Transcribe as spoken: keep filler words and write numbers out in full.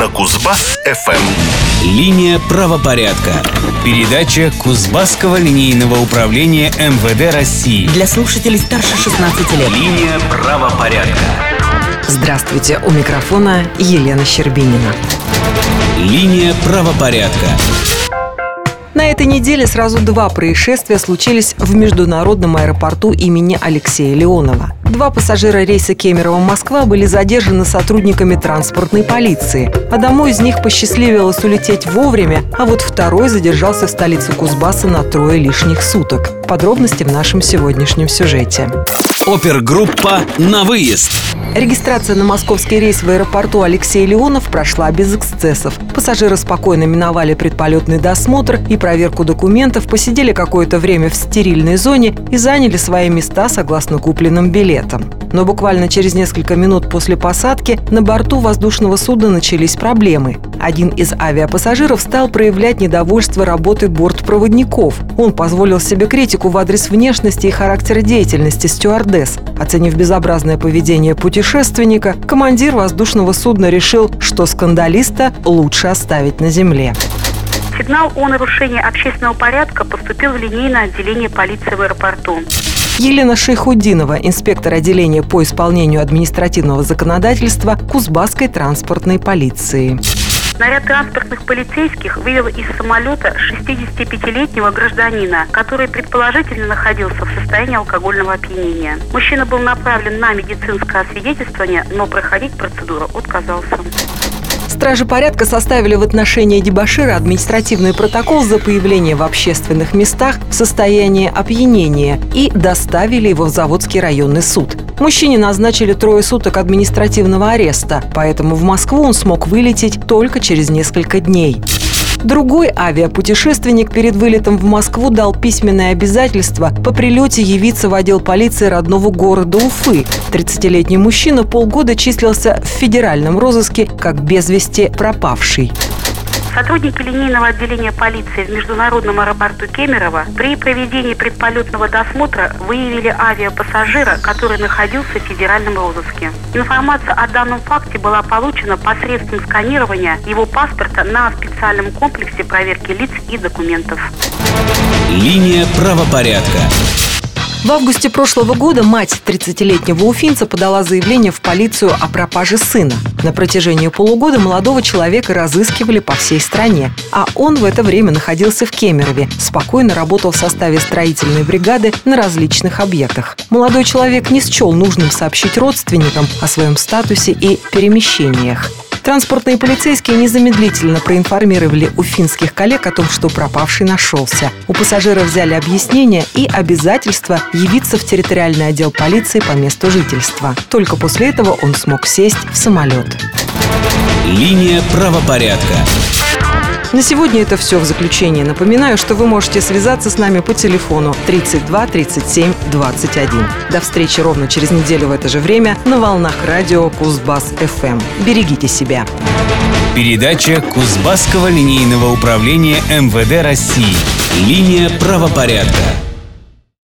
на Кузбасс-эф эм. Линия правопорядка. Передача Кузбасского линейного управления эм вэ дэ России. Для слушателей старше шестнадцати лет. Линия правопорядка. Здравствуйте, у микрофона Елена Щербинина. Линия правопорядка. На этой неделе сразу два происшествия случились в международном аэропорту имени Алексея Леонова. Два пассажира рейса Кемерово-Москва были задержаны сотрудниками транспортной полиции. Одному из них посчастливилось улететь вовремя, а вот второй задержался в столице Кузбасса на трое лишних суток. Подробности в нашем сегодняшнем сюжете. Опергруппа «На выезд». Регистрация на московский рейс в аэропорту Алексей Леонов прошла без эксцессов. Пассажиры спокойно миновали предполетный досмотр и проверку документов, посидели какое-то время в стерильной зоне и заняли свои места согласно купленным билетам. Но буквально через несколько минут после посадки на борту воздушного судна начались проблемы. Один из авиапассажиров стал проявлять недовольство работой бортпроводников. Он позволил себе критику в адрес внешности и характера деятельности стюардесс. Оценив безобразное поведение путешественника, командир воздушного судна решил, что скандалиста лучше оставить на земле. Сигнал о нарушении общественного порядка поступил в линейное отделение полиции в аэропорту. Елена Шейхутдинова, инспектор отделения по исполнению административного законодательства Кузбасской транспортной полиции. Наряд транспортных полицейских вывел из самолета шестидесятипятилетнего гражданина, который предположительно находился в состоянии алкогольного опьянения. Мужчина был направлен на медицинское освидетельствование, но проходить процедуру отказался. Стражи порядка составили в отношении дебошира административный протокол за появление в общественных местах в состоянии опьянения и доставили его в Заводский районный суд. Мужчине назначили трое суток административного ареста, поэтому в Москву он смог вылететь только через несколько дней. Другой авиапутешественник перед вылетом в Москву дал письменное обязательство по прилете явиться в отдел полиции родного города Уфы. тридцатилетний мужчина полгода числился в федеральном розыске как без вести пропавший. Сотрудники линейного отделения полиции в международном аэропорту Кемерово при проведении предполетного досмотра выявили авиапассажира, который находился в федеральном розыске. Информация о данном факте была получена посредством сканирования его паспорта на специальном комплексе проверки лиц и документов. Линия правопорядка. В августе прошлого года мать тридцатилетнего уфимца подала заявление в полицию о пропаже сына. На протяжении полугода молодого человека разыскивали по всей стране, а он в это время находился в Кемерове, спокойно работал в составе строительной бригады на различных объектах. Молодой человек не счел нужным сообщить родственникам о своем статусе и перемещениях. Транспортные полицейские незамедлительно проинформировали уфимских коллег о том, что пропавший нашелся. У пассажира взяли объяснение и обязательство явиться в территориальный отдел полиции по месту жительства. Только после этого он смог сесть в самолет. Линия правопорядка. На сегодня это все. В заключение напоминаю, что вы можете связаться с нами по телефону тридцать два тридцать семь двадцать один. До встречи ровно через неделю в это же время на волнах радио Кузбасс-эф эм. Берегите себя. Передача Кузбасского линейного управления эм вэ дэ России. Линия правопорядка.